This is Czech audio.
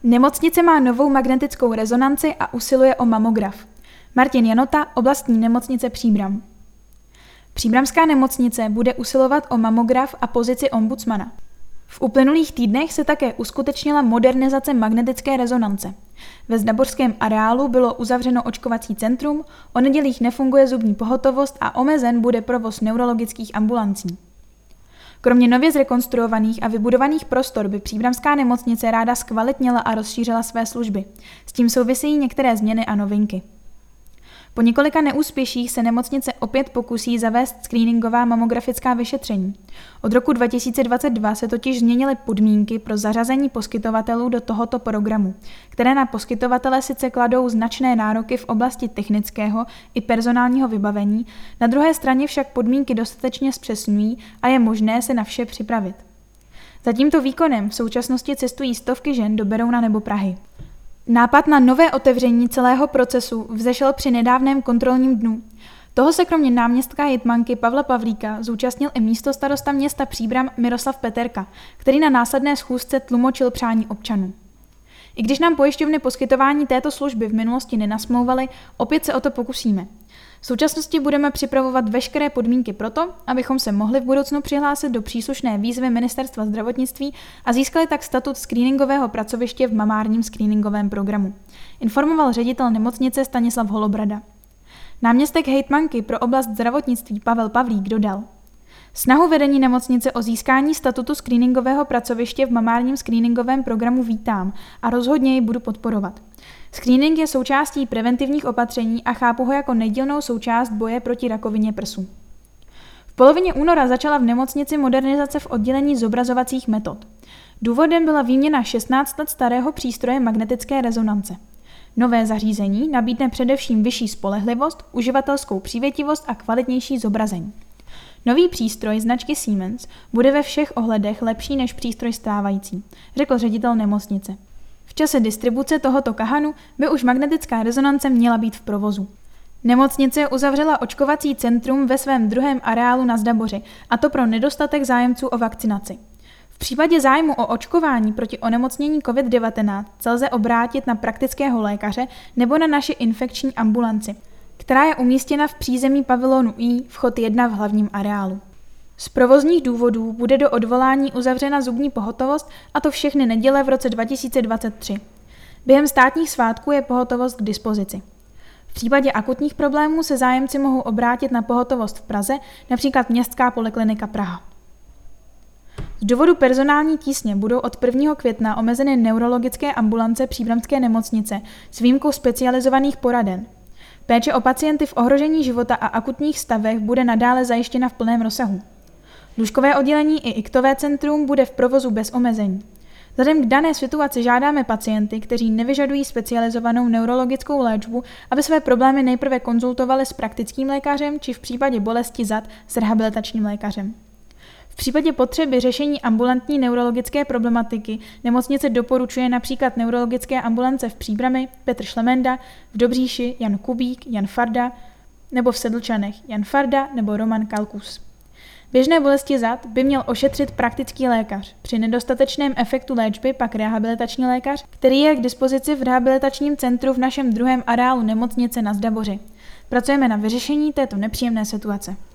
Nemocnice má novou magnetickou rezonanci a usiluje o mamograf. Martin Janota, oblastní nemocnice Příbram. Příbramská nemocnice bude usilovat o mamograf a pozici ombudsmana. V uplynulých týdnech se také uskutečnila modernizace magnetické rezonance. Ve Zdaborském areálu bylo uzavřeno očkovací centrum, o nedělích nefunguje zubní pohotovost a omezen bude provoz neurologických ambulancí. Kromě nově zrekonstruovaných a vybudovaných prostor by příbramská nemocnice ráda zkvalitnila a rozšířila své služby. S tím souvisejí některé změny a novinky. Po několika neúspěších se nemocnice opět pokusí zavést screeningová mamografická vyšetření. Od roku 2022 se totiž změnily podmínky pro zařazení poskytovatelů do tohoto programu, které na poskytovatele sice kladou značné nároky v oblasti technického i personálního vybavení, na druhé straně však podmínky dostatečně zpřesňují a je možné se na vše připravit. Za tímto výkonem v současnosti cestují stovky žen do Berouna nebo Prahy. Nápad na nové otevření celého procesu vzešel při nedávném kontrolním dnu. Toho se kromě náměstka hejtmanky Pavla Pavlíka zúčastnil i místostarosta města Příbram Miroslav Peterka, který na následné schůzce tlumočil přání občanů. I když nám pojišťovny poskytování této služby v minulosti nenasmlouvaly, opět se o to pokusíme. V současnosti budeme připravovat veškeré podmínky pro to, abychom se mohli v budoucnu přihlásit do příslušné výzvy Ministerstva zdravotnictví a získali tak statut screeningového pracoviště v mamárním screeningovém programu, informoval ředitel nemocnice Stanislav Holobrada. Náměstek hejtmanky pro oblast zdravotnictví Pavel Pavlík dodal: Snahu vedení nemocnice o získání statutu screeningového pracoviště v mamárním screeningovém programu vítám a rozhodně ji budu podporovat. Screening je součástí preventivních opatření a chápu ho jako nedílnou součást boje proti rakovině prsu. V polovině února začala v nemocnici modernizace v oddělení zobrazovacích metod. Důvodem byla výměna 16 let starého přístroje magnetické rezonance. Nové zařízení nabídne především vyšší spolehlivost, uživatelskou přívětivost a kvalitnější zobrazení. Nový přístroj značky Siemens bude ve všech ohledech lepší než přístroj stávající, řekl ředitel nemocnice. V čase distribuce tohoto kahanu by už magnetická rezonance měla být v provozu. Nemocnice uzavřela očkovací centrum ve svém druhém areálu na Zdaboři, a to pro nedostatek zájemců o vakcinaci. V případě zájmu o očkování proti onemocnění COVID-19 se lze obrátit na praktického lékaře nebo na naši infekční ambulanci, která je umístěna v přízemí pavilonu I, vchod 1 v hlavním areálu. Z provozních důvodů bude do odvolání uzavřena zubní pohotovost, a to všechny neděle v roce 2023. Během státních svátků je pohotovost k dispozici. V případě akutních problémů se zájemci mohou obrátit na pohotovost v Praze, například Městská poliklinika Praha. Z důvodu personální tísně budou od 1. května omezeny neurologické ambulance příbramské nemocnice s výjimkou specializovaných poraden. Péče o pacienty v ohrožení života a akutních stavech bude nadále zajištěna v plném rozsahu. Lůžkové oddělení i iktové centrum bude v provozu bez omezení. Vzhledem k dané situaci žádáme pacienty, kteří nevyžadují specializovanou neurologickou léčbu, aby své problémy nejprve konzultovali s praktickým lékařem či v případě bolesti zad s rehabilitačním lékařem. V případě potřeby řešení ambulantní neurologické problematiky nemocnice doporučuje například neurologické ambulance v Příbrami Petr Šlemenda, v Dobříši Jan Kubík, Jan Farda nebo v Sedlčanech Jan Farda nebo Roman Kalkus. Běžné bolesti zad by měl ošetřit praktický lékař, při nedostatečném efektu léčby pak rehabilitační lékař, který je k dispozici v rehabilitačním centru v našem druhém areálu nemocnice na Zdaboři. Pracujeme na vyřešení této nepříjemné situace.